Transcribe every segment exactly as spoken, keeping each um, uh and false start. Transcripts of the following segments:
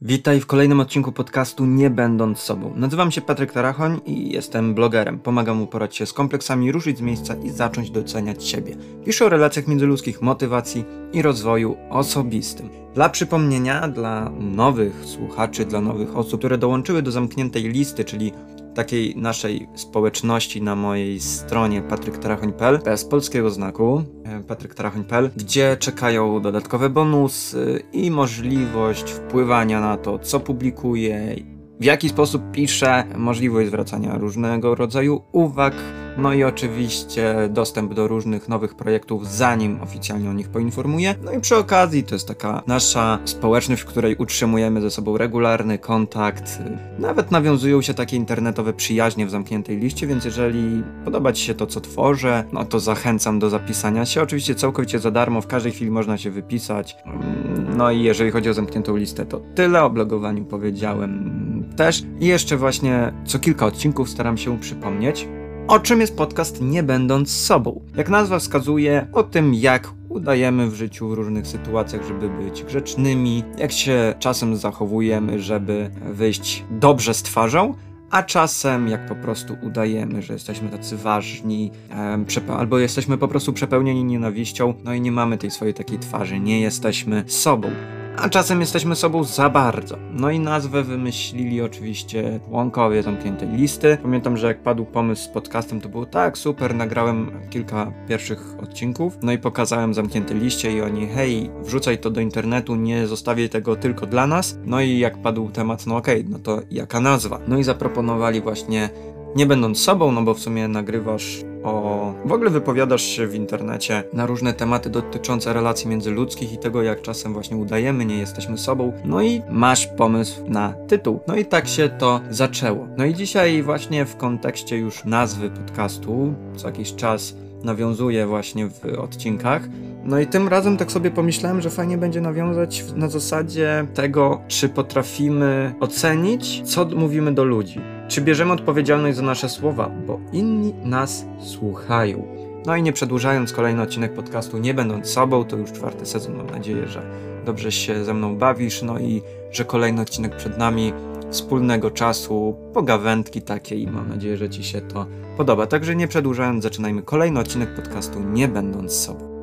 Witaj w kolejnym odcinku podcastu Nie będąc sobą. Nazywam się Patryk Tarachoń i jestem blogerem. Pomagam uporać się z kompleksami, ruszyć z miejsca i zacząć doceniać siebie. Piszę o relacjach międzyludzkich, motywacji i rozwoju osobistym. Dla przypomnienia, dla nowych słuchaczy, dla nowych osób, które dołączyły do zamkniętej listy, czyli takiej naszej społeczności na mojej stronie patryk tarachoń kropka p l bez polskiego znaku patryk tarachoń kropka p l, gdzie czekają dodatkowe bonusy i możliwość wpływania na to, co publikuję, w jaki sposób piszę, możliwość zwracania różnego rodzaju uwag, no i oczywiście dostęp do różnych nowych projektów, zanim oficjalnie o nich poinformuję. No i przy okazji to jest taka nasza społeczność, w której utrzymujemy ze sobą regularny kontakt. Nawet nawiązują się takie internetowe przyjaźnie w zamkniętej liście, więc jeżeli podoba Ci się to, co tworzę, no to zachęcam do zapisania się. Oczywiście całkowicie za darmo, w każdej chwili można się wypisać. No i jeżeli chodzi o zamkniętą listę, to tyle. O blogowaniu powiedziałem też. I jeszcze właśnie co kilka odcinków staram się przypomnieć, o czym jest podcast Nie będąc sobą. Jak nazwa wskazuje, o tym, jak udajemy w życiu w różnych sytuacjach, żeby być grzecznymi, jak się czasem zachowujemy, żeby wyjść dobrze z twarzą, a czasem jak po prostu udajemy, że jesteśmy tacy ważni, em, przepe- albo jesteśmy po prostu przepełnieni nienawiścią, no i nie mamy tej swojej takiej twarzy, nie jesteśmy sobą. A czasem jesteśmy sobą za bardzo. No i nazwę wymyślili oczywiście członkowie zamkniętej listy. Pamiętam, że jak padł pomysł z podcastem, to było tak super, nagrałem kilka pierwszych odcinków, no i pokazałem zamkniętej liście i oni, hej, wrzucaj to do internetu, nie zostawiaj tego tylko dla nas. No i jak padł temat, no okej, okay, no to jaka nazwa? No i zaproponowali właśnie Nie będąc sobą, no bo w sumie nagrywasz o... W ogóle wypowiadasz się w internecie na różne tematy dotyczące relacji międzyludzkich i tego, jak czasem właśnie udajemy, nie jesteśmy sobą. No i masz pomysł na tytuł. No i tak się to zaczęło. No i dzisiaj właśnie w kontekście już nazwy podcastu, co jakiś czas nawiązuję właśnie w odcinkach. No i tym razem tak sobie pomyślałem, że fajnie będzie nawiązać na zasadzie tego, czy potrafimy ocenić, co mówimy do ludzi. Czy bierzemy odpowiedzialność za nasze słowa, bo inni nas słuchają. No i nie przedłużając, kolejny odcinek podcastu Nie będąc sobą, to już czwarty sezon, mam nadzieję, że dobrze się ze mną bawisz, no i że kolejny odcinek przed nami, wspólnego czasu, pogawędki takiej i mam nadzieję, że Ci się to podoba. Także nie przedłużając, zaczynajmy kolejny odcinek podcastu Nie będąc sobą.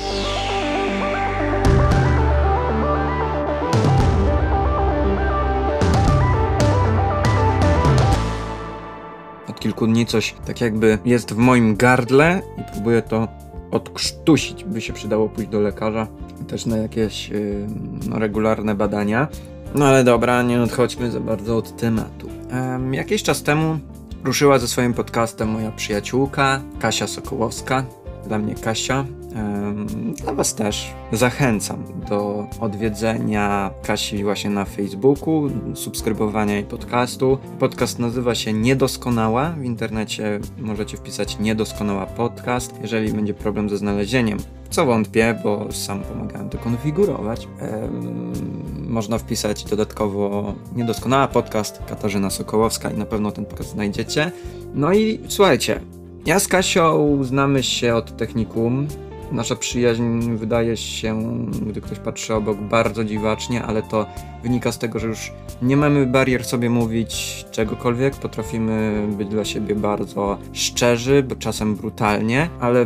Od kilku dni coś tak jakby jest w moim gardle i próbuję to odkrztusić. By się przydało pójść do lekarza i też na jakieś yy, no, regularne badania. No ale dobra, nie odchodźmy za bardzo od tematu. Um, jakiś czas temu ruszyła ze swoim podcastem moja przyjaciółka Kasia Sokołowska. Dla mnie Kasia. Um, dla Was też. Zachęcam do odwiedzenia Kasi właśnie na Facebooku, subskrybowania jej podcastu. Podcast nazywa się Niedoskonała. W internecie możecie wpisać Niedoskonała podcast, jeżeli będzie problem ze znalezieniem. Co wątpię, bo sam pomagałem to konfigurować. Um, można wpisać dodatkowo Niedoskonała podcast Katarzyna Sokołowska i na pewno ten podcast znajdziecie. No i słuchajcie, ja z Kasią znamy się od technikum. Nasza przyjaźń wydaje się, gdy ktoś patrzy obok, bardzo dziwacznie, ale to wynika z tego, że już nie mamy barier sobie mówić czegokolwiek. Potrafimy być dla siebie bardzo szczerzy, bo czasem brutalnie, ale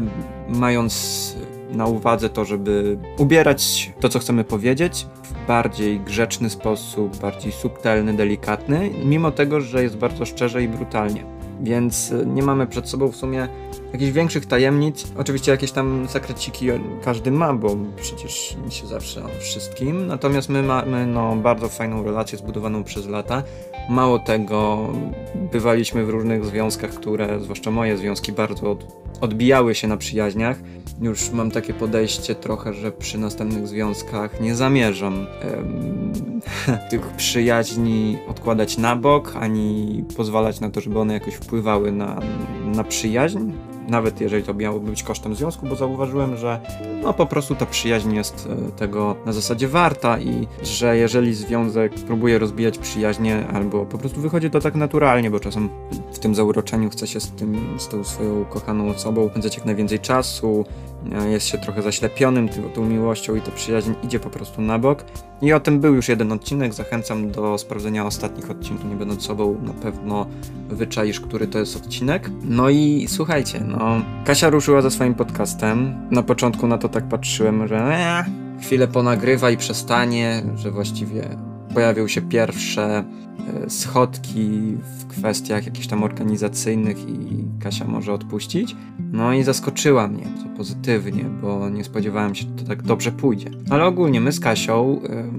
mając na uwadze to, żeby ubierać to, co chcemy powiedzieć w bardziej grzeczny sposób, bardziej subtelny, delikatny, mimo tego, że jest bardzo szczerze i brutalnie. Więc nie mamy przed sobą w sumie jakichś większych tajemnic. Oczywiście jakieś tam sekreciki każdy ma, bo przecież nie się zawsze o wszystkim. Natomiast my mamy no, bardzo fajną relację zbudowaną przez lata. Mało tego, bywaliśmy w różnych związkach, które, zwłaszcza moje związki, bardzo od, odbijały się na przyjaźniach. Już mam takie podejście trochę, że przy następnych związkach nie zamierzam em, tych przyjaźni odkładać na bok, ani pozwalać na to, żeby one jakoś wpływały na, na przyjaźń. Nawet jeżeli to miałoby być kosztem związku, bo zauważyłem, że no po prostu ta przyjaźń jest tego na zasadzie warta i że jeżeli związek próbuje rozbijać przyjaźnie albo po prostu wychodzi to tak naturalnie, bo czasem w tym zauroczeniu chce się z tym, z tą swoją kochaną osobą spędzać jak najwięcej czasu, jest się trochę zaślepionym tą, tą miłością i ta przyjaźń idzie po prostu na bok, I o tym był już jeden odcinek, zachęcam do sprawdzenia ostatnich odcinków, nie będąc sobą, na pewno wyczaisz, który to jest odcinek. No i słuchajcie, no Kasia ruszyła ze swoim podcastem, na początku na to tak patrzyłem, że eh, chwilę ponagrywa i przestanie, że właściwie pojawią się pierwsze e, schodki w kwestiach jakichś tam organizacyjnych i Kasia może odpuścić. No i zaskoczyła mnie, co pozytywnie, bo nie spodziewałem się, że to tak dobrze pójdzie. Ale ogólnie my z Kasią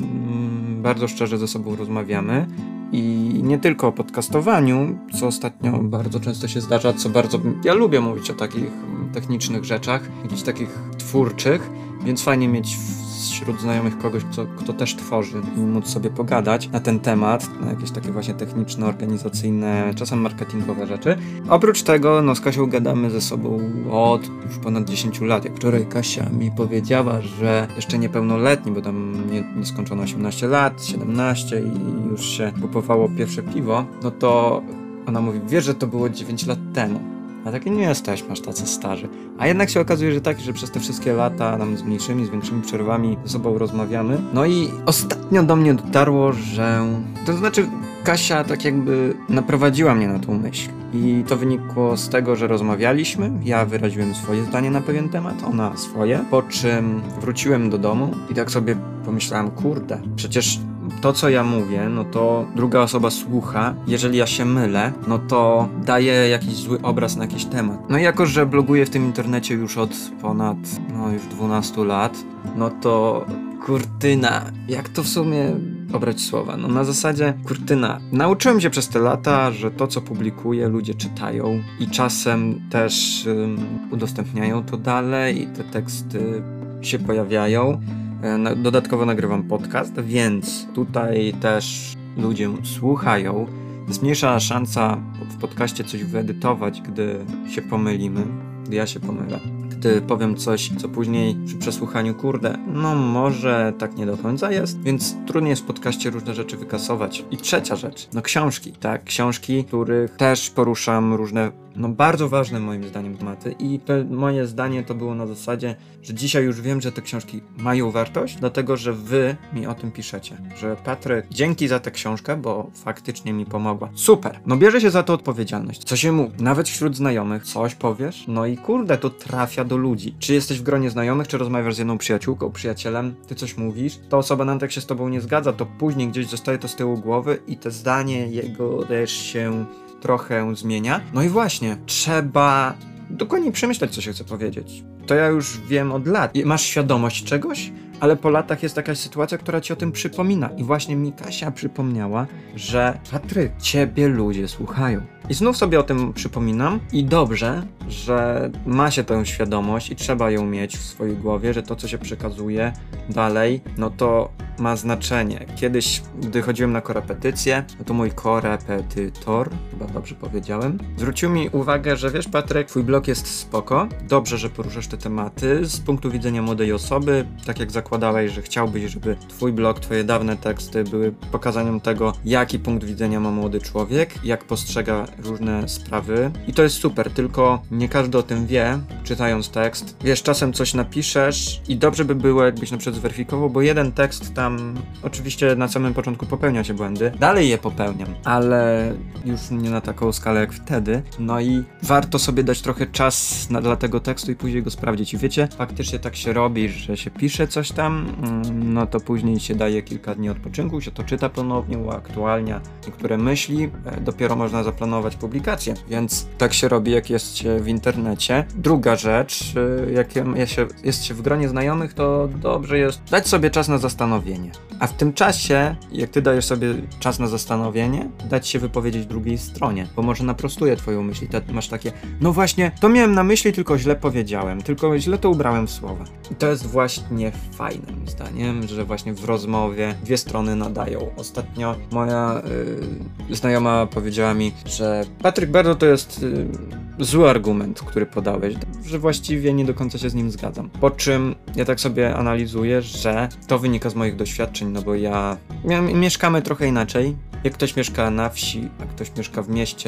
ym, bardzo szczerze ze sobą rozmawiamy i nie tylko o podcastowaniu, co ostatnio bardzo często się zdarza, co bardzo ja lubię mówić o takich technicznych rzeczach, jakichś takich twórczych, więc fajnie mieć wśród znajomych kogoś, kto, kto też tworzy i móc sobie pogadać na ten temat, na jakieś takie właśnie techniczne, organizacyjne, czasem marketingowe rzeczy. Oprócz tego, no z Kasią gadamy ze sobą od już ponad dziesięć lat. Jak wczoraj Kasia mi powiedziała, że jeszcze niepełnoletni, bo tam nie, nie skończono osiemnaście lat, siedemnaście i już się kupowało pierwsze piwo, no to ona mówi, wiesz, że to było dziewięć lat temu. A takie nie jesteśmy aż tacy starzy. A jednak się okazuje, że tak, że przez te wszystkie lata nam z mniejszymi, z większymi przerwami ze sobą rozmawiamy. No i ostatnio do mnie dotarło, że... To znaczy Kasia tak jakby naprowadziła mnie na tą myśl. I to wynikło z tego, że rozmawialiśmy, ja wyraziłem swoje zdanie na pewien temat, ona swoje, po czym wróciłem do domu i tak sobie pomyślałem, kurde, przecież to, co ja mówię, no to druga osoba słucha. Jeżeli ja się mylę, no to daję jakiś zły obraz na jakiś temat. No i jako, że bloguję w tym internecie już od ponad, no już dwunastu lat, no to kurtyna, jak to w sumie obrać słowa? No na zasadzie kurtyna. Nauczyłem się przez te lata, że to, co publikuję, ludzie czytają i czasem też um, udostępniają to dalej i te teksty się pojawiają. Dodatkowo nagrywam podcast, więc tutaj też ludzie słuchają. Jest mniejsza szansa w podcaście coś wyedytować, gdy się pomylimy, gdy ja się pomylę. Gdy powiem coś, co później przy przesłuchaniu, kurde, no może tak nie do końca jest, więc trudniej jest w podcaście różne rzeczy wykasować. I trzecia rzecz, no książki, tak, książki, których też poruszam różne, no bardzo ważne moim zdaniem tematy i to moje zdanie to było na zasadzie, że dzisiaj już wiem, że te książki mają wartość, dlatego, że wy mi o tym piszecie, że Patryk, dzięki za tę książkę, bo faktycznie mi pomogła. Super, no bierze się za to odpowiedzialność. Co się mówi, nawet wśród znajomych, coś powiesz, no i kurde, to trafia do ludzi. Czy jesteś w gronie znajomych, czy rozmawiasz z jedną przyjaciółką, przyjacielem, ty coś mówisz, ta osoba nawet jak się z tobą nie zgadza, to później gdzieś zostaje to z tyłu głowy i te zdanie jego też się trochę zmienia. No i właśnie, trzeba dokładnie przemyśleć, co się chce powiedzieć. To ja już wiem od lat. Masz świadomość czegoś, ale po latach jest jakaś sytuacja, która ci o tym przypomina. I właśnie mi Kasia przypomniała, że Patryk, ciebie ludzie słuchają. I znów sobie o tym przypominam i dobrze, że ma się tę świadomość i trzeba ją mieć w swojej głowie, że to, co się przekazuje dalej, no to ma znaczenie. Kiedyś, gdy chodziłem na korepetycje, no to mój korepetytor, chyba dobrze powiedziałem, zwrócił mi uwagę, że wiesz, Patryk, twój blog jest spoko, dobrze, że poruszasz te tematy z punktu widzenia młodej osoby, tak jak zakładałeś, że chciałbyś, żeby twój blog, twoje dawne teksty były pokazaniem tego, jaki punkt widzenia ma młody człowiek, jak postrzega różne sprawy i to jest super, tylko nie każdy o tym wie, czytając tekst. Wiesz, czasem coś napiszesz i dobrze by było, jakbyś na przykład zweryfikował, bo jeden tekst tam, oczywiście na samym początku popełnia się błędy, dalej je popełniam, ale już nie na taką skalę jak wtedy, no i warto sobie dać trochę czas na, dla tego tekstu i później go sprawdzić. I wiecie, faktycznie tak się robi, że się pisze coś tam, no to później się daje kilka dni odpoczynku, się to czyta ponownie, uaktualnia niektóre myśli, dopiero można zaplanować publikację, więc tak się robi, jak jest się w internecie. Druga rzecz, jak jest się, jest się w gronie znajomych, to dobrze jest dać sobie czas na zastanowienie. A w tym czasie, jak ty dajesz sobie czas na zastanowienie, dać się wypowiedzieć drugiej stronie, bo może naprostuje twoją myśl i te, masz takie, no właśnie, to miałem na myśli, tylko źle powiedziałem, tylko źle to ubrałem w słowa. I to jest właśnie fajne, moim zdaniem, że właśnie w rozmowie dwie strony nadają. Ostatnio moja yy, znajoma powiedziała mi, że Patryk, bardzo to jest yy, zły argument, który podałeś, że właściwie nie do końca się z nim zgadzam. Po czym ja tak sobie analizuję, że to wynika z moich doświadczeń, no bo ja, ja mieszkamy trochę inaczej. Jak ktoś mieszka na wsi, a ktoś mieszka w mieście,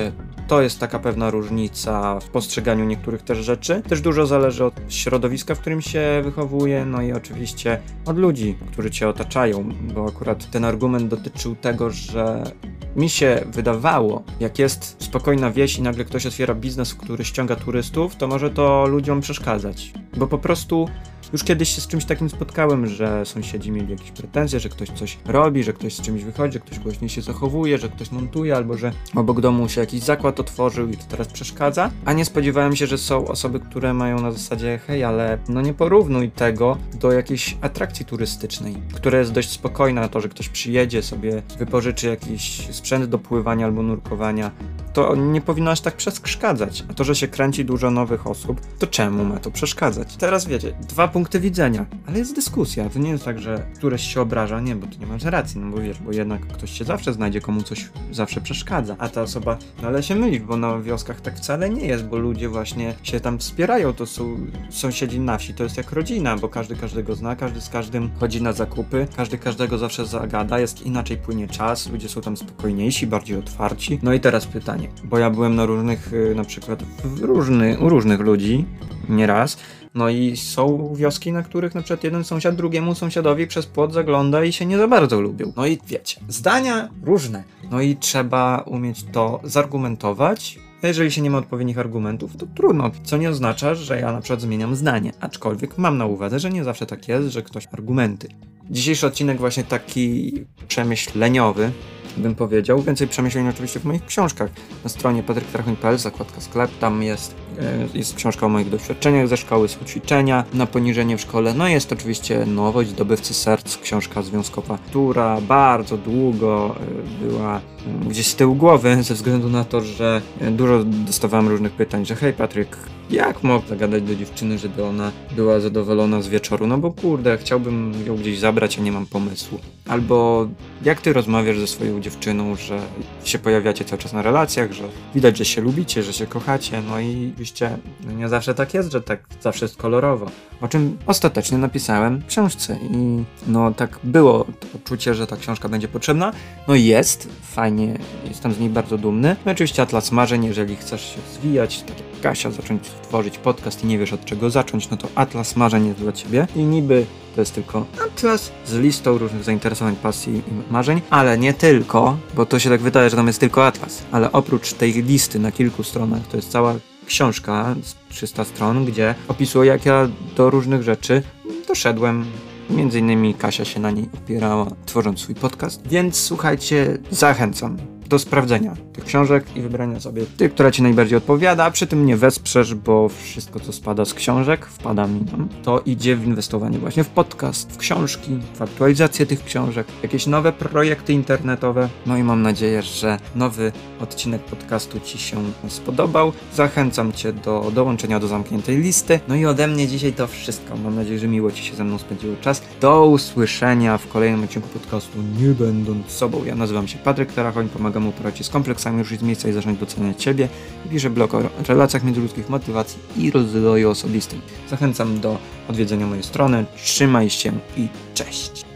to jest taka pewna różnica w postrzeganiu niektórych też rzeczy. Też dużo zależy od środowiska, w którym się wychowuje, no i oczywiście od ludzi, którzy cię otaczają, bo akurat ten argument dotyczył tego, że mi się wydawało, jak jest spokojna wieś i nagle ktoś otwiera biznes, który ściąga turystów, to może to ludziom przeszkadzać. Bo po prostu już kiedyś się z czymś takim spotkałem, że sąsiedzi mieli jakieś pretensje, że ktoś coś robi, że ktoś z czymś wychodzi, że ktoś głośniej się zachowuje, że ktoś montuje, albo że obok domu się jakiś zakład otworzył i to teraz przeszkadza. A nie spodziewałem się, że są osoby, które mają na zasadzie hej, ale no nie porównuj tego do jakiejś atrakcji turystycznej, która jest dość spokojna, to, że ktoś przyjedzie, sobie wypożyczy jakiś sprzęt do pływania albo nurkowania, to nie powinno aż tak przeszkadzać. A to, że się kręci dużo nowych osób, to czemu ma to przeszkadzać? Teraz wiecie, dwa punkty widzenia, ale jest dyskusja. To nie jest tak, że któreś się obraża, nie, bo ty nie masz racji, no bo wiesz, bo jednak ktoś się zawsze znajdzie, komu coś zawsze przeszkadza, a ta osoba, no ale się myli, bo na wioskach tak wcale nie jest, bo ludzie właśnie się tam wspierają, to są sąsiedzi na wsi, to jest jak rodzina, bo każdy każdego zna, każdy z każdym chodzi na zakupy, każdy każdego zawsze zagada, jest inaczej płynie czas, ludzie są tam spokojniejsi, bardziej otwarci. No i teraz pytanie, bo ja byłem na różnych, na przykład w różny, u różnych ludzi, nieraz. No i są wioski, na których na przykład jeden sąsiad drugiemu sąsiadowi przez płot zagląda i się nie za bardzo lubią. No i wiecie, zdania różne. No i trzeba umieć to zargumentować. A jeżeli się nie ma odpowiednich argumentów, to trudno. Co nie oznacza, że ja na przykład zmieniam zdanie. Aczkolwiek mam na uwadze, że nie zawsze tak jest, że ktoś argumenty. Dzisiejszy odcinek właśnie taki przemyśleniowy, bym powiedział. Więcej przemyśleń oczywiście w moich książkach. Na stronie patryk tarachoń kropka p l, zakładka sklep, tam jest, jest książka o moich doświadczeniach ze szkoły, są ćwiczenia na poniżenie w szkole. No i jest oczywiście nowość, Zdobywcy serc, książka związkowa, która bardzo długo była gdzieś z tyłu głowy, ze względu na to, że dużo dostawałem różnych pytań, że hej Patryk, jak mogę zagadać do dziewczyny, żeby ona była zadowolona z wieczoru? No bo kurde, chciałbym ją gdzieś zabrać, a nie mam pomysłu. Albo jak ty rozmawiasz ze swoją dziewczyną, że się pojawiacie cały czas na relacjach, że widać, że się lubicie, że się kochacie, no i oczywiście no nie zawsze tak jest, że tak zawsze jest kolorowo. O czym ostatecznie napisałem w książce i no tak było to poczucie, że ta książka będzie potrzebna. No i jest, fajnie, jestem z niej bardzo dumny. No oczywiście Atlas Marzeń, jeżeli chcesz się zwijać, tak jak Kasia, zacząć tworzyć podcast i nie wiesz od czego zacząć, no to Atlas Marzeń jest dla ciebie i niby to jest tylko atlas z listą różnych zainteresowań, pasji i marzeń, ale nie tylko, bo to się tak wydaje, że tam jest tylko atlas, ale oprócz tej listy na kilku stronach, to jest cała książka z trzysta stron, gdzie opisuję, jak ja do różnych rzeczy doszedłem. Między innymi Kasia się na niej opierała, tworząc swój podcast, więc słuchajcie, zachęcam do sprawdzenia tych książek i wybrania sobie tych, która ci najbardziej odpowiada, a przy tym mnie wesprzesz, bo wszystko, co spada z książek, wpada mi tam, to idzie w inwestowanie właśnie w podcast, w książki, w aktualizację tych książek, jakieś nowe projekty internetowe. No i mam nadzieję, że nowy odcinek podcastu ci się spodobał. Zachęcam cię do dołączenia do zamkniętej listy. No i ode mnie dzisiaj to wszystko. Mam nadzieję, że miło ci się ze mną spędziło czas. Do usłyszenia w kolejnym odcinku podcastu Nie będąc sobą. Ja nazywam się Patryk Tarachoń, pomagam uporać się z kompleksami, ruszyć z miejsca i zacząć doceniać siebie. I piszę blog o relacjach międzyludzkich, motywacji i rozwoju osobistym. Zachęcam do odwiedzenia mojej strony. Trzymaj się i cześć!